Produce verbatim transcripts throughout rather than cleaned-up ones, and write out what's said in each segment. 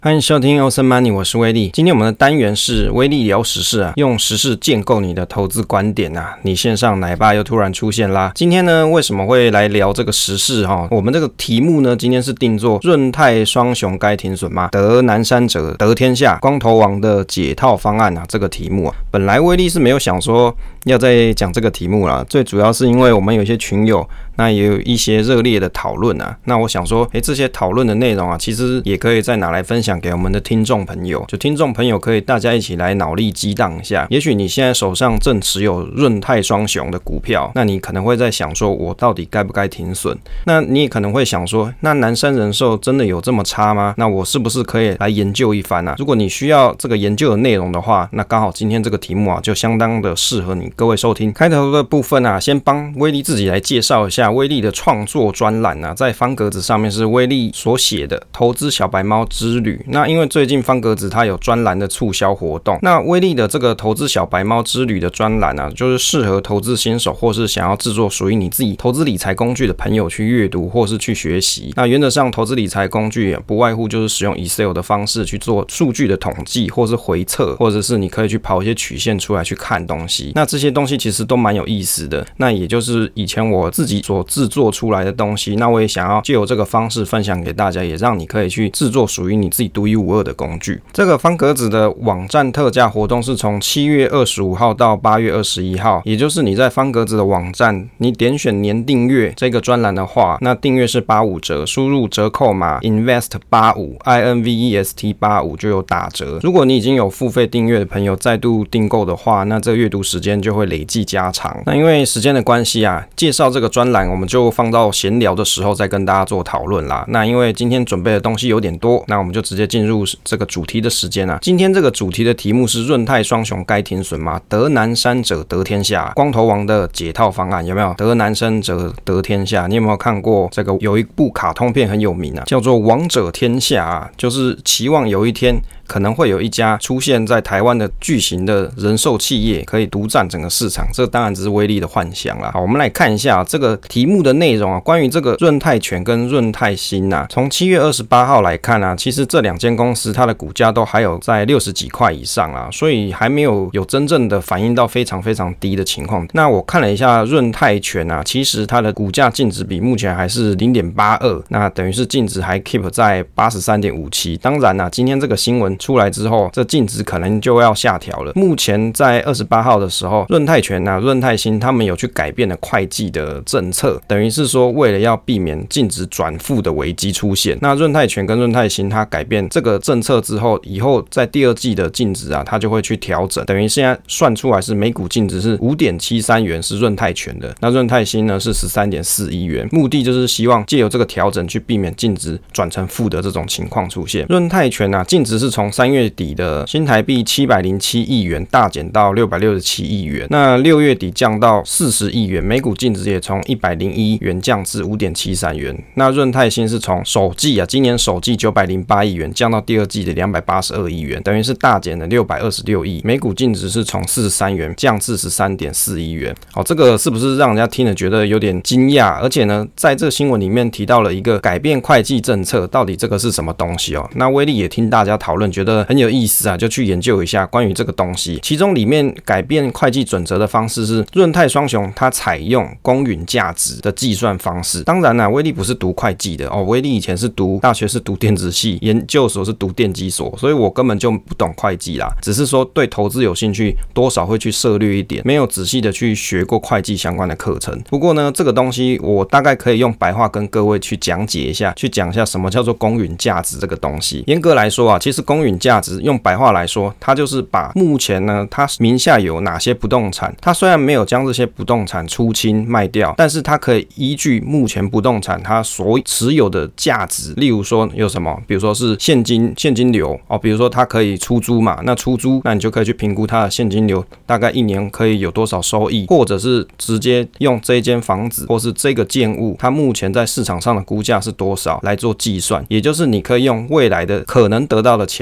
欢迎收听 Awesome Money， 我是威利。今天我们的单元是威利聊时事啊，用时事建构你的投资观点啊。你线上奶爸又突然出现啦。今天呢，为什么会来聊这个时事哈？我们这个题目呢，今天是定做润泰双雄该停损吗？得南山者得天下，光头王的解套方案啊，这个题目啊，本来威利是没有想说要再讲这个题目啦，最主要是因为我们有一些群友，那也有一些热烈的讨论啊。那我想说，诶，这些讨论的内容啊，其实也可以再拿来分享给我们的听众朋友。就听众朋友可以大家一起来脑力激荡一下。也许你现在手上正持有润泰双雄的股票，那你可能会在想说，我到底该不该停损？那你也可能会想说，那南山人寿真的有这么差吗？那我是不是可以来研究一番啊？如果你需要这个研究的内容的话，那刚好今天这个题目啊，就相当的适合你各位收听。开头的部分啊，先帮威利自己来介绍一下威利的创作专栏啊，在方格子上面是威利所写的投资小白猫之旅。那因为最近方格子它有专栏的促销活动，那威利的这个投资小白猫之旅的专栏啊，就是适合投资新手或是想要制作属于你自己投资理财工具的朋友去阅读或是去学习。那原则上投资理财工具不外乎就是使用 Excel 的方式去做数据的统计或是回测，或者是你可以去跑一些曲线出来去看东西。那这些东西其实都蛮有意思的，那也就是以前我自己所制作出来的东西，那我也想要借由这个方式分享给大家，也让你可以去制作属于你自己独一无二的工具。这个方格子的网站特价活动是从七月二十五号到八月二十一号，也就是你在方格子的网站，你点选年订阅这个专栏的话，那订阅是八五折，输入折扣码 invest 八五 I N V E S T 八五 就有打折。如果你已经有付费订阅的朋友再度订购的话，那这个阅读时间就会累计加长。那因为时间的关系啊，介绍这个专栏我们就放到闲聊的时候再跟大家做讨论啦。那因为今天准备的东西有点多，那我们就直接进入这个主题的时间啊。今天这个主题的题目是润泰双雄该停损吗？得南山者得天下，光头王的解套方案有没有？得南山者得天下，你有没有看过这个？有一部卡通片很有名啊，叫做《王者天下》啊，就是期望有一天可能会有一家出现在台湾的巨型的人寿企业可以独占整个市场，这当然只是威力的幻想啦。好，我们来看一下这个题目的内容啊，关于这个润泰全跟润泰新啊，从七月二十八号来看啊，其实这两间公司它的股价都还有在六十几块以上啊，所以还没有有真正的反映到非常非常低的情况。那我看了一下润泰全啊，其实它的股价净值比目前还是 零点八二， 那等于是净值还 keep 在 八十三点五七。当然啊，今天这个新闻出来之后，这净值可能就要下调了。目前在二十八号的时候，润泰全啊、润泰新他们有去改变了会计的政策，等于是说为了要避免净值转负的危机出现。那润泰全跟润泰新它改变这个政策之后，以后在第二季的净值啊，它就会去调整，等于现在算出来是每股净值是 五点七三元是润泰全的，那润泰新呢是 十三点四一元，目的就是希望借由这个调整去避免净值转成负的这种情况出现。润泰全啊，净值是从三月底的新台币七百零七亿元大减到六百六十七亿元，那六月底降到四十亿元，每股净值也从一百零一元降至 五点七三元。那润泰新是从首季啊，今年首季九百零八亿元降到第二季的两百八十二亿元，等于是大减了六百二十六亿，每股净值是从四十三元降至 十三点四一元。好，这个是不是让人家听了觉得有点惊讶？而且呢，在这个新闻里面提到了一个改变会计政策，到底这个是什么东西哦？那威力也听大家讨论，觉得很有意思啊，就去研究一下关于这个东西。其中里面改变会计准则的方式是润泰双雄它采用公允价值的计算方式。当然啦、啊，威力不是读会计的哦，威力以前是读大学是读电子系，研究所是读电机所，所以我根本就不懂会计啦，只是说对投资有兴趣，多少会去涉略一点，没有仔细的去学过会计相关的课程。不过呢，这个东西我大概可以用白话跟各位去讲解一下，去讲一下什么叫做公允价值这个东西。严格来说啊，其实公允价值用白话来说，它就是把目前呢它名下有哪些不动产，它虽然没有将这些不动产出清卖掉，但是它可以依据目前不动产它所持有的价值，例如说有什么，比如说是现金现金流哦，比如说它可以出租嘛，那出租那你就可以去评估它的现金流大概一年可以有多少收益，或者是直接用这一间房子或是这个建物它目前在市场上的估价是多少来做计算，也就是你可以用未来的可能得到的钱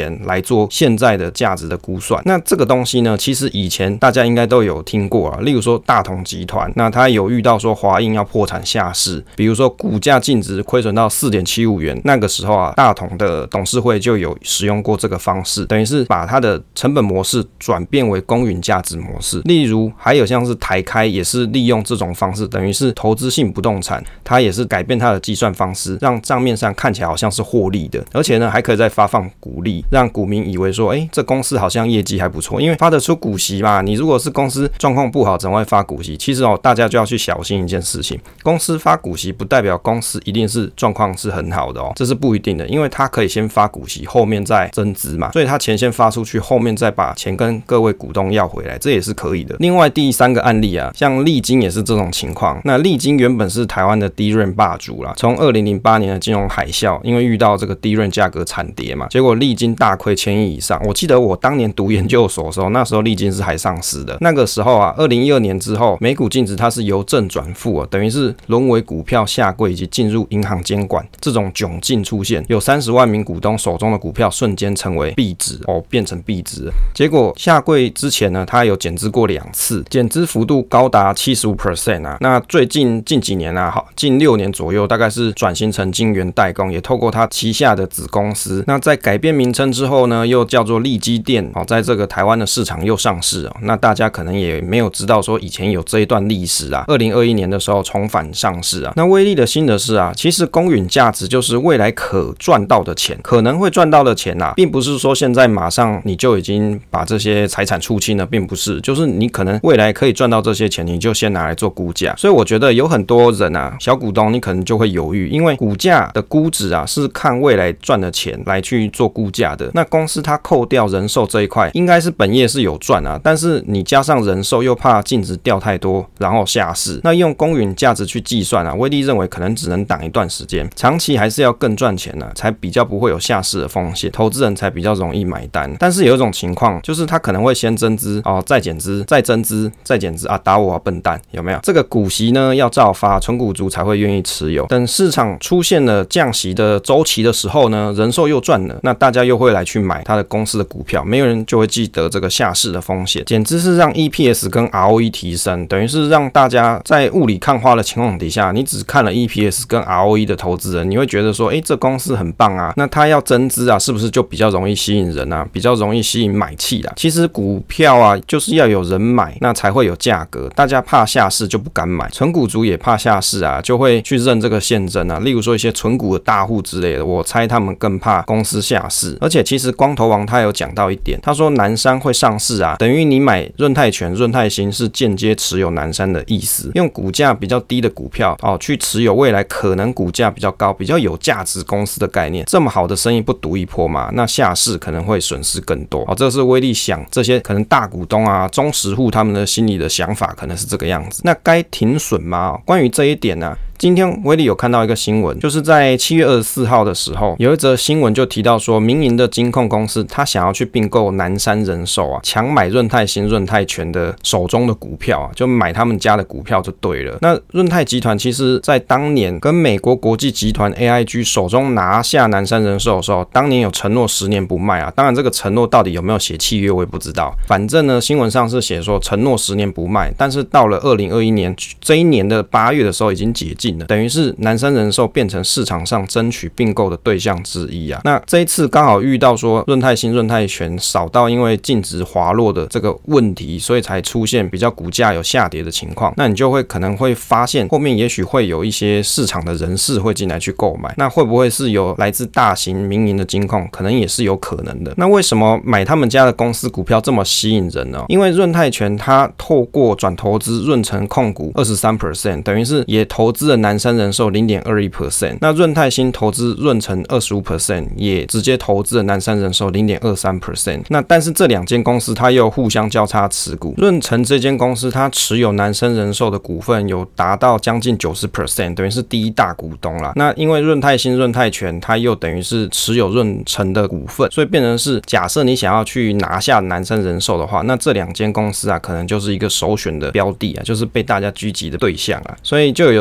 钱来做现在的价值的估算。那这个东西呢，其实以前大家应该都有听过啊，例如说大同集团，那他有遇到说华映要破产下市，比如说股价净值亏损到 四点七五元，那个时候啊，大同的董事会就有使用过这个方式，等于是把它的成本模式转变为公允价值模式。例如还有像是台开也是利用这种方式，等于是投资性不动产，它也是改变它的计算方式，让账面上看起来好像是获利的，而且呢还可以再发放股利，让股民以为说，哎，这公司好像业绩还不错，因为发得出股息嘛。你如果是公司状况不好，怎么会发股息？其实哦，大家就要去小心一件事情，公司发股息不代表公司一定是状况是很好的哦，这是不一定的，因为它可以先发股息，后面再增资嘛，所以它钱先发出去，后面再把钱跟各位股东要回来，这也是可以的。另外第三个案例啊，像力晶也是这种情况。那力晶原本是台湾的低润霸主啦，从二零零八年的金融海啸，因为遇到这个低润价格惨跌嘛，结果力晶大亏千亿以上。我记得我当年读研究所的时候，那时候力晶是还上市的，那个时候啊，二零一二年之后，每股净值它是由正转负啊，等于是沦为股票下柜以及进入银行监管这种窘境出现，有三十万名股东手中的股票瞬间成为币值哦，变成币值了。结果下柜之前呢，它有减资过两次，减资幅度高达 百分之七十五 啊。那最近近几年啊，近六年左右，大概是转型成晶圆代工，也透过它旗下的子公司。那在改变名称之后呢，又叫做力积电哦，在这个台湾的市场又上市哦。那大家可能也没有知道说以前有这一段历史啊。二零二一年的时候重返上市啊。那威力的心得是啊，其实公允价值就是未来可赚到的钱，可能会赚到的钱啊，并不是说现在马上你就已经把这些财产出清了，并不是，就是你可能未来可以赚到这些钱，你就先拿来做估价。所以我觉得有很多人啊，小股东你可能就会犹豫，因为股价的估值啊是看未来赚的钱来去做估价的。那公司它扣掉人寿这一块，应该是本业是有赚啊，但是你加上人寿又怕净值掉太多，然后下市，那用公允价值去计算啊，威力认为可能只能挡一段时间，长期还是要更赚钱啊，才比较不会有下市的风险，投资人才比较容易买单。但是有一种情况，就是他可能会先增资哦，再减资，再增资，再减资啊，打我啊笨蛋，有没有？这个股息呢要照发，纯股族才会愿意持有。等市场出现了降息的周期的时候呢，人寿又赚了，那大家又会来去买他的公司的股票，没有人就会记得这个下市的风险。减资是让 E P S 跟 R O E 提升，等于是让大家在雾里看花的情况底下，你只看了 E P S 跟 R O E 的投资人，你会觉得说，哎，这公司很棒啊，那他要增资啊，是不是就比较容易吸引人啊，比较容易吸引买气啊？其实股票啊，就是要有人买，那才会有价格。大家怕下市就不敢买，纯股族也怕下市啊，就会去认这个现真啊。例如说一些纯股的大户之类的，我猜他们更怕公司下市。而且其实光头王他有讲到一点，他说南山会上市啊，等于你买润泰全、润泰新是间接持有南山的意思，用股价比较低的股票哦去持有未来可能股价比较高、比较有价值公司的概念。这么好的生意不赌一波嘛？那下市可能会损失更多。哦，这是威力想这些可能大股东啊、中实户他们的心里的想法可能是这个样子。那该停损吗？关于这一点呢、啊？今天威力有看到一个新闻，就是在七月二十四号的时候，有一则新闻就提到说，民营的金控公司他想要去并购南山人寿啊，强买润泰新、润泰全的手中的股票啊，就买他们家的股票就对了。那润泰集团其实在当年跟美国国际集团 A I G 手中拿下南山人寿的时候，当年有承诺十年不卖啊。当然这个承诺到底有没有写契约我也不知道，反正呢新闻上是写说承诺十年不卖，但是到了二零二一年这一年的八月的时候已经解禁。等于是南山人寿变成市场上争取并购的对象之一啊。那这一次刚好遇到说润泰新、润泰全少到因为净值滑落的这个问题，所以才出现比较股价有下跌的情况。那你就会可能会发现后面也许会有一些市场的人士会进来去购买，那会不会是有来自大型民营的金控？可能也是有可能的。那为什么买他们家的公司股票这么吸引人呢？因为润泰全它透过转投资润成控股 百分之二十三， 等于是也投资了南山人寿 百分之零点二一， 那润泰新投资润成 百分之二十五， 也直接投资了南山人寿 零点二三。 那但是这两间公司它又互相交叉持股，润成这间公司它持有南山人寿的股份有达到将近 百分之九十， 等于是第一大股东啦。那因为润泰新、润泰全它又等于是持有润成的股份，所以变成是假设你想要去拿下南山人寿的话，那这两间公司啊可能就是一个首选的标的啊，就是被大家狙击的对象啊。所以就有人讲说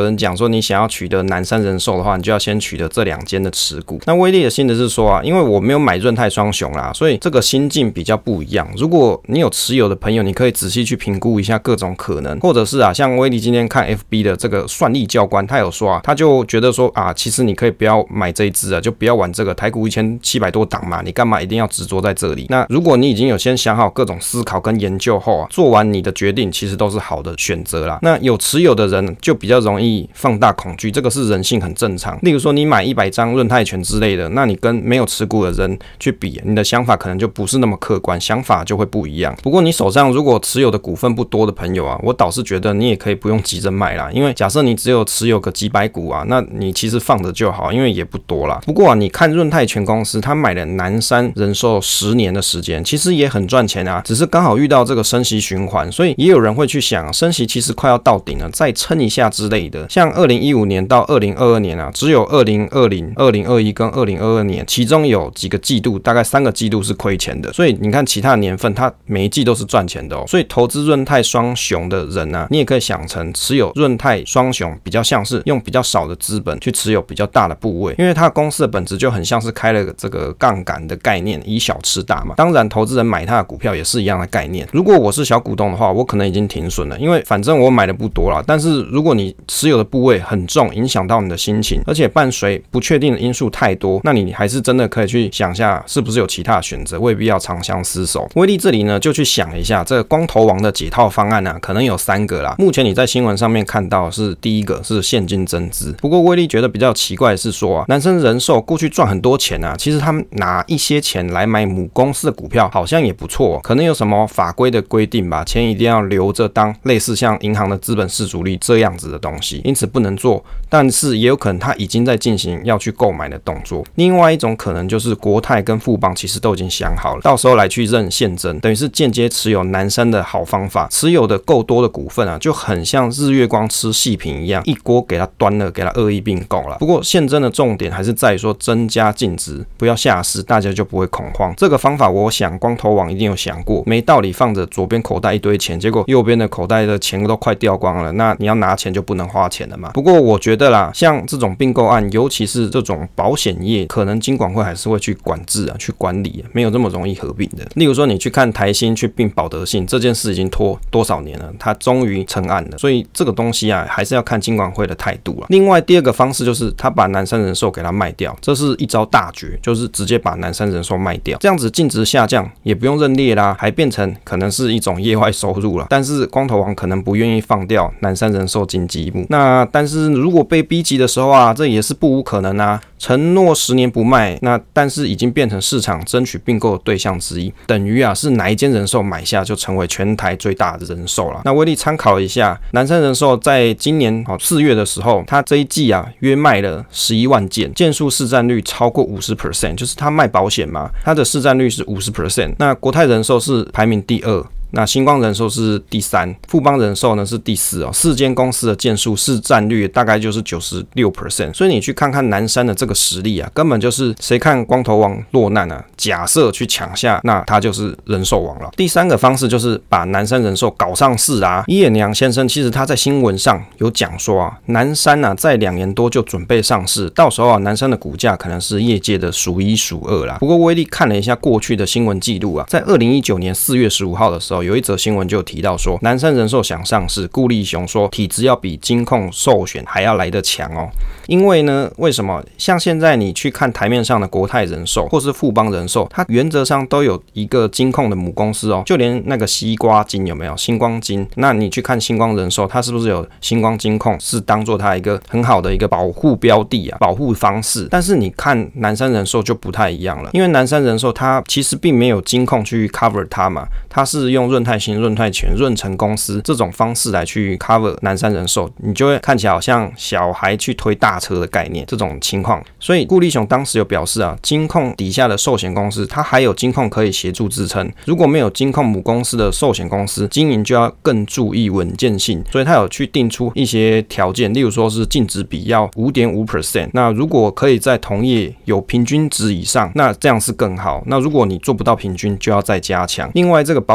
说你想要取得南山人寿的话，你就要先取得这两间的持股。那威力的心得是说啊，因为我没有买润泰双雄啦，所以这个心境比较不一样。如果你有持有的朋友，你可以仔细去评估一下各种可能，或者是啊，像威力今天看 F B 的这个算力教官，他有说啊，他就觉得说啊，其实你可以不要买这一支啊，就不要玩这个台股一千七百多档嘛，你干嘛一定要执着在这里？那如果你已经有先想好各种思考跟研究后啊，做完你的决定，其实都是好的选择啦。那有持有的人就比较容易放大恐惧，这个是人性很正常。例如说你买一百张润泰拳之类的，那你跟没有持股的人去比，你的想法可能就不是那么客观，想法就会不一样。不过你手上如果持有的股份不多的朋友啊，我倒是觉得你也可以不用急着卖啦，因为假设你只有持有个几百股啊，那你其实放着就好，因为也不多啦。不过啊，你看润泰拳公司，他买了南山人寿十年的时间，其实也很赚钱啊，只是刚好遇到这个升息循环，所以也有人会去想，升息其实快要到顶了，再撑一下之类的。像二零一五年到二零二二年啊，只有二零二零、二零二一跟二零二二年，其中有几个季度，大概三个季度是亏钱的，所以你看其他的年份，它每一季都是赚钱的哦。所以投资润泰双雄的人啊，你也可以想成持有润泰双雄，比较像是用比较少的资本去持有比较大的部位，因为它公司的本质就很像是开了这个杠杆的概念，以小吃大嘛。当然，投资人买它的股票也是一样的概念。如果我是小股东的话，我可能已经停损了，因为反正我买的不多啦。但是如果你持有的部位很重，影响到你的心情，而且伴随不确定的因素太多，那你还是真的可以去想一下，是不是有其他的选择，未必要长相厮守。威力这里呢，就去想一下，这个光头王的解套方案啊，可能有三个啦。目前你在新闻上面看到是第一个是现金增资，不过威力觉得比较奇怪的是说啊，南山人寿过去赚很多钱啊，其实他们拿一些钱来买母公司的股票，好像也不错，可能有什么法规的规定吧，钱一定要留着当类似像银行的资本适足率这样子的东西，因此不能做。但是也有可能他已经在进行要去购买的动作。另外一种可能就是国泰跟富邦其实都已经想好了，到时候来去认现增，等于是间接持有南山的好方法。持有的够多的股份啊，就很像日月光吃细品一样，一锅给它端了，给它恶意并购了。不过现增的重点还是在于说增加净值，不要下市，大家就不会恐慌。这个方法我想光头网一定有想过，没道理放着左边口袋一堆钱，结果右边的口袋的钱都快掉光了，那你要拿钱就不能花钱了嘛。不过我觉得啦，像这种并购案，尤其是这种保险业，可能金管会还是会去管制啊，去管理啊，没有这么容易合并的。例如说你去看台新去并保德信这件事已经拖多少年了，它终于成案了，所以这个东西啊，还是要看金管会的态度了。另外第二个方式就是他把南山人寿给它卖掉，这是一招大绝，就是直接把南山人寿卖掉，这样子净值下降，也不用认列啦，还变成可能是一种业外收入了。但是光头王可能不愿意放掉南山人寿金鸡木，那但是如果被逼急的时候啊，这也是不无可能啊。承诺十年不卖，那但是已经变成市场争取并购的对象之一，等于啊是哪一间人寿买下就成为全台最大的人寿了。那威力参考一下，南山人寿在今年好四月的时候，它这一季啊约卖了十一万件，件数市占率超过 百分之五十， 就是它卖保险嘛，它的市占率是 百分之五十。那国泰人寿是排名第二。那星光人寿是第三，富邦人寿呢是第四哦，四间公司的件数市占率大概就是 百分之九十六， 所以你去看看南山的这个实力啊，根本就是谁看光头王落难啊，假设去抢下，那他就是人寿王了。第三个方式就是把南山人寿搞上市啊，伊野良先生其实他在新闻上有讲说啊，南山啊在两年多就准备上市，到时候啊南山的股价可能是业界的数一数二啦。不过威力看了一下过去的新闻记录啊，在二零一九年四月十五号的时候，有一则新闻就提到说，南山人寿想上市，顾立雄说体质要比金控寿险还要来得强哦。因为呢，为什么？像现在你去看台面上的国泰人寿或是富邦人寿，它原则上都有一个金控的母公司哦，就连那个西瓜金有没有？星光金，那你去看星光人寿，它是不是有星光金控？是当做它一个很好的一个保护标的啊，保护方式。但是你看南山人寿就不太一样了，因为南山人寿它其实并没有金控去 cover 它嘛，它是用润泰新、润泰全、润成公司这种方式来去 cover 南山人寿，你就会看起来好像小孩去推大车的概念这种情况。所以顾立雄当时有表示啊，金控底下的寿险公司它还有金控可以协助支撑，如果没有金控母公司的寿险公司经营就要更注意稳健性，所以他有去定出一些条件，例如说是净值比要 百分之五点五， 那如果可以在同业有平均值以上，那这样是更好，那如果你做不到平均就要再加强。另外这个保险局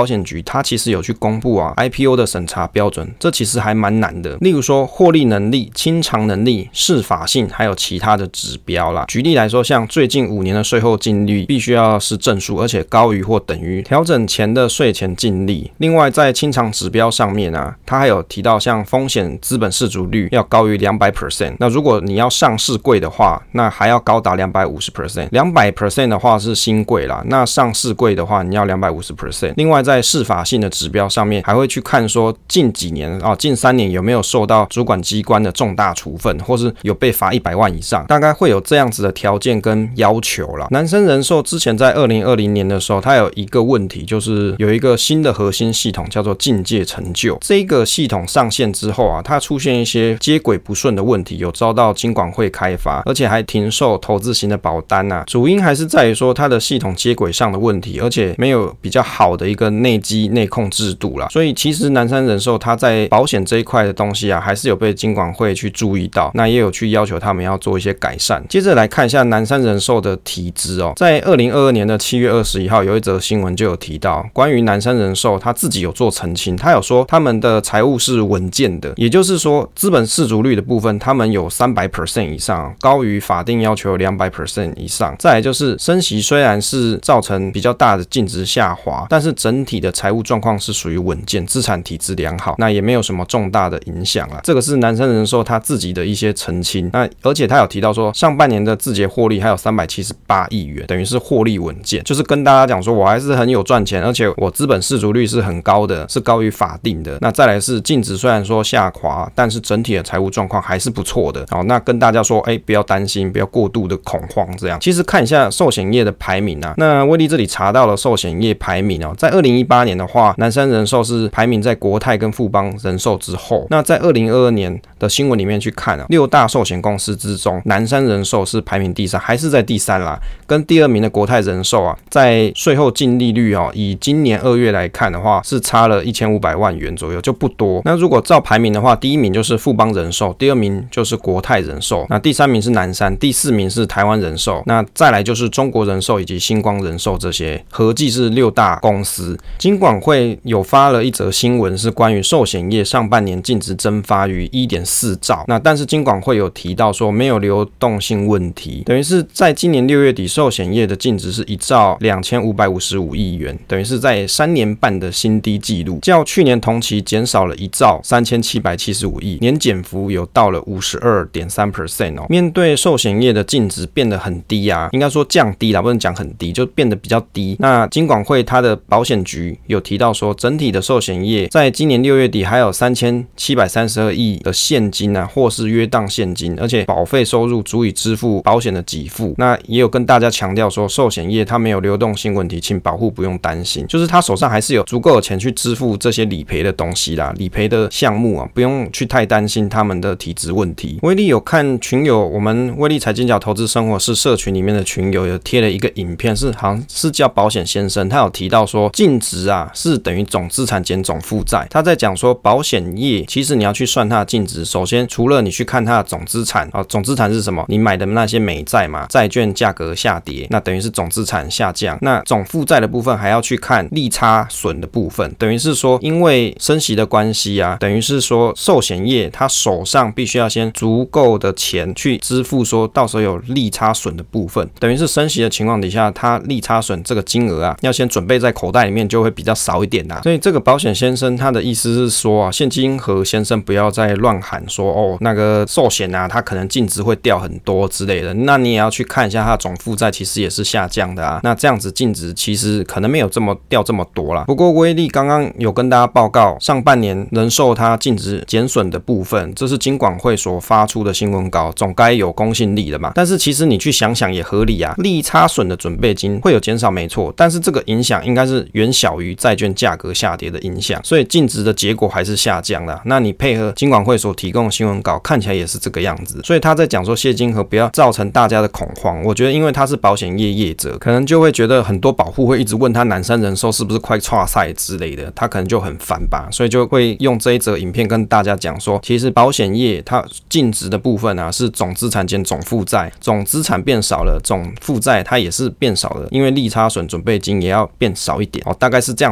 它其实有去公布啊 I P O 的审查标准，这其实还蛮难的。例如说获利能力、清偿能力、适法性，还有其他的指标啦。举例来说，像最近五年的税后净利必须要是正数，而且高于或等于调整前的税前净利。另外在清偿指标上面啊，它还有提到像风险资本适足率要高于 百分之两百。 那如果你要上市柜的话，那还要高达 百分之两百五十。 百分之两百 的话是新柜啦，那上市柜的话你要 百分之两百五十。 另外在适法性的指标上面还会去看说近几年啊，近三年有没有受到主管机关的重大处分，或是有被罚一百万以上，大概会有这样子的条件跟要求啦。南森人寿之前在二零二零年的时候，它有一个问题，就是有一个新的核心系统叫做境界成就。这个系统上线之后啊，它出现一些接轨不顺的问题，有遭到金管会开罚，而且还停售投资型的保单啊。主因还是在于说它的系统接轨上的问题，而且没有比较好的一个内基内控制度啦。所以其实南山人寿它在保险这一块的东西啊，还是有被金管会去注意到，那也有去要求他们要做一些改善。接着来看一下南山人寿的体质哦，在二零二二年的七月二十一号有一则新闻就有提到，关于南山人寿他自己有做澄清，他有说他们的财务是稳健的，也就是说资本适足率的部分他们有 百分之三百 以上，高于法定要求 百分之两百 以上。再来就是升息虽然是造成比较大的净值下滑，但是整体的财务状况是属于稳健，资产体质良好，那也没有什么重大的影响啦。这个是南山人寿他自己的一些澄清。那而且他有提到说上半年的自结获利还有三百七十八亿元，等于是获利稳健，就是跟大家讲说我还是很有赚钱，而且我资本适足率是很高的，是高于法定的。那再来是净值虽然说下滑，但是整体的财务状况还是不错的。好，那跟大家说哎，不要担心，不要过度的恐慌这样。其实看一下寿险业的排名啊，那威力这里查到了寿险业排名哦，在二零一八年的话，南山人寿是排名在国泰跟富邦人寿之后。那在二零二二年的新闻里面去看啊，六大寿险公司之中，南山人寿是排名第三，还是在第三啦，跟第二名的国泰人寿啊，在税后净利率哦，以今年二月来看的话，是差了一千五百万元左右，就不多。那如果照排名的话，第一名就是富邦人寿，第二名就是国泰人寿，那第三名是南山，第四名是台湾人寿，那再来就是中国人寿以及星光人寿，这些合计是六大公司。金管会有发了一则新闻，是关于寿险业上半年净值蒸发于 一点四兆，那但是金管会有提到说没有流动性问题，等于是在今年六月底寿险业的净值是一兆两千五百五十五亿元，等于是在三年半的新低纪录，较去年同期减少了一兆三千七百七十五亿，年减幅有到了 百分之五十二点三 哦。面对寿险业的净值变得很低啊，应该说降低啦，不能讲很低，就变得比较低。那金管会它的保险局有提到说，整体的寿险业在今年六月底还有三千七百三十二亿的现金啊，或是约当现金，而且保费收入足以支付保险的给付。那也有跟大家强调说，寿险业它没有流动性问题，请保护不用担心，就是他手上还是有足够的钱去支付这些理赔的东西啦，理赔的项目啊，不用去太担心他们的体质问题。威力有看群友，我们威力财经角投资生活是社群里面的群友有贴了一个影片，是好像是叫保险先生，他有提到说净值啊是等于总资产减总负债。他在讲说保险业其实你要去算它的净值，首先除了你去看它的总资产啊，总资产是什么？你买的那些美债嘛，债券价格下跌，那等于是总资产下降。那总负债的部分还要去看利差损的部分，等于是说因为升息的关系啊，等于是说寿险业它手上必须要先足够的钱去支付说到时候有利差损的部分，等于是升息的情况底下，它利差损这个金额啊要先准备在口袋里面就会比较少一点啦。所以这个保险先生他的意思是说啊，现金和先生不要再乱喊说哦那个寿险啊它可能净值会掉很多之类的，那你也要去看一下它的总负债其实也是下降的啊，那这样子净值其实可能没有这么掉这么多啦。不过威力刚刚有跟大家报告上半年人寿它净值减损的部分，这是金管会所发出的新闻稿，总该有公信力的嘛。但是其实你去想想也合理啊，利差损的准备金会有减少没错，但是这个影响应该是远小于债券价格下跌的影响，所以净值的结果还是下降的。那你配合金管会所提供的新闻稿看起来也是这个样子，所以他在讲说谢金河不要造成大家的恐慌，我觉得因为他是保险业业者，可能就会觉得很多保户会一直问他南山人寿是不是快挫赛之类的，他可能就很烦吧，所以就会用这一则影片跟大家讲说，其实保险业它净值的部分啊是总资产减总负债，总资产变少了，总负债它也是变少了，因为利差损准备金也要变少一点哦，大概是这样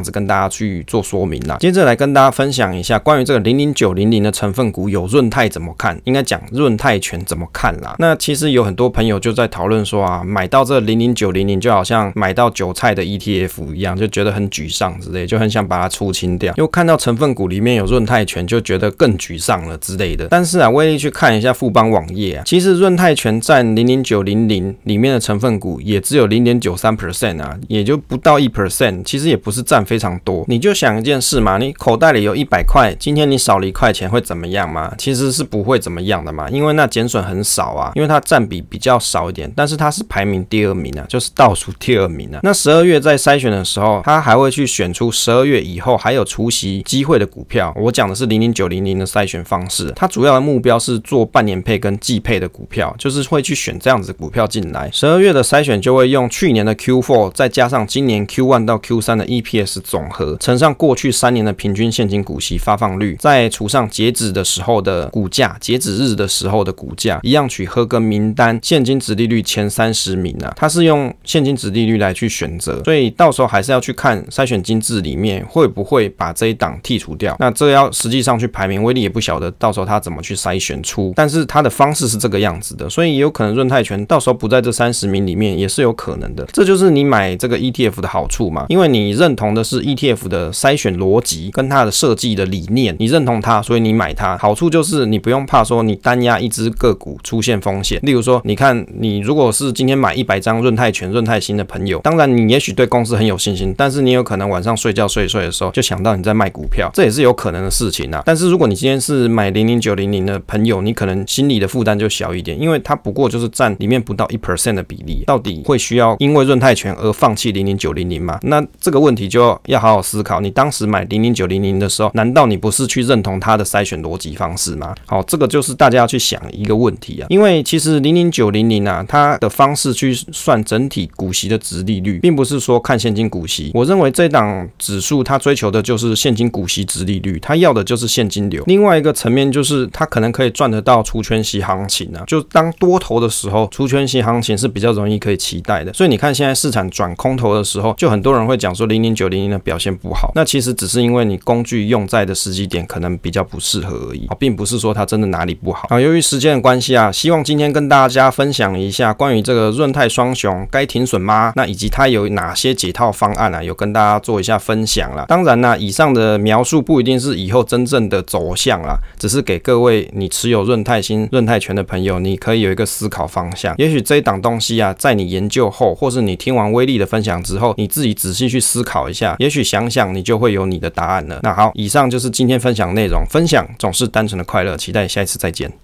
样子跟大家去做说明啦。接着来跟大家分享一下关于这个零零九零零的成分股有润泰怎么看，应该讲润泰全怎么看啦。那其实有很多朋友就在讨论说啊，买到这零零九零零就好像买到韭菜的 E T F 一样，就觉得很沮丧之类，就很想把它出清掉。又看到成分股里面有润泰全，就觉得更沮丧了之类的。但是啊，威力去看一下富邦网页啊，其实润泰全占零零九零零里面的成分股也只有 零点九三 percent 啊，也就不到 百分之一，其实也不是占非常多。你就想一件事嘛，你口袋里有一百块，今天你少了一块钱会怎么样吗？其实是不会怎么样的嘛，因为那减损很少啊，因为它占比比较少一点，但是它是排名第二名啊，就是倒数第二名啊。那十二月在筛选的时候，它还会去选出十二月以后还有除息机会的股票。我讲的是零零九零零的筛选方式，它主要的目标是做半年配跟季配的股票，就是会去选这样子的股票进来。十二月的筛选就会用去年的 Q 四 再加上今年 Q 一 到 Q 三 的 E P S 总和，乘上过去三年的平均现金股息发放率，再除上截止的时候的股价，截止日的时候的股价，一样取合格名单现金殖利率前三十名啊，它是用现金殖利率来去选择，所以到时候还是要去看筛选金制里面会不会把这一档剔除掉。那这要实际上去排名，威力也不晓得到时候他怎么去筛选出，但是他的方式是这个样子的，所以也有可能润泰全到时候不在这三十名里面也是有可能的。这就是你买这个 E T F 的好处嘛，因为你认同的是 E T F 的筛选逻辑跟它的设计的理念，你认同它，所以你买它。好处就是你不用怕说你单押一只个股出现风险。例如说，你看你如果是今天买一百张润泰全、润泰新的朋友，当然你也许对公司很有信心，但是你有可能晚上睡觉睡一睡的时候就想到你在卖股票，这也是有可能的事情啊。但是如果你今天是买零零九零零的朋友，你可能心里的负担就小一点，因为它不过就是占里面不到 百分之一 的比例，到底会需要因为润泰全而放弃零零九零零吗？那这个问题就要好好思考。你当时买零零九零零的时候，难道你不是去认同它的筛选逻辑方式吗？好，这个就是大家要去想一个问题啊。因为其实零零九零零啊，它的方式去算整体股息的殖利率，并不是说看现金股息。我认为这档指数它追求的就是现金股息殖利率，它要的就是现金流。另外一个层面就是它可能可以赚得到除权息行情啊，就当多头的时候，除权息行情是比较容易可以期待的。所以你看现在市场转空头的时候，就很多人会讲说零零九零零的表现不好，那其实只是因为你工具用在的时机点可能比较不适合而已，并不是说它真的哪里不好。好，由于时间的关系啊，希望今天跟大家分享一下关于这个润泰双雄该停损吗？那以及它有哪些解套方案啊，有跟大家做一下分享啦。当然啦，以上的描述不一定是以后真正的走向啦，只是给各位你持有润泰新、润泰全的朋友，你可以有一个思考方向。也许这一档东西啊，在你研究后，或是你听完威力的分享之后，你自己仔细去思考一下，也许想想你就会有你的答案了。那好，以上就是今天分享内容，分享总是单纯的快乐，期待下一次再见。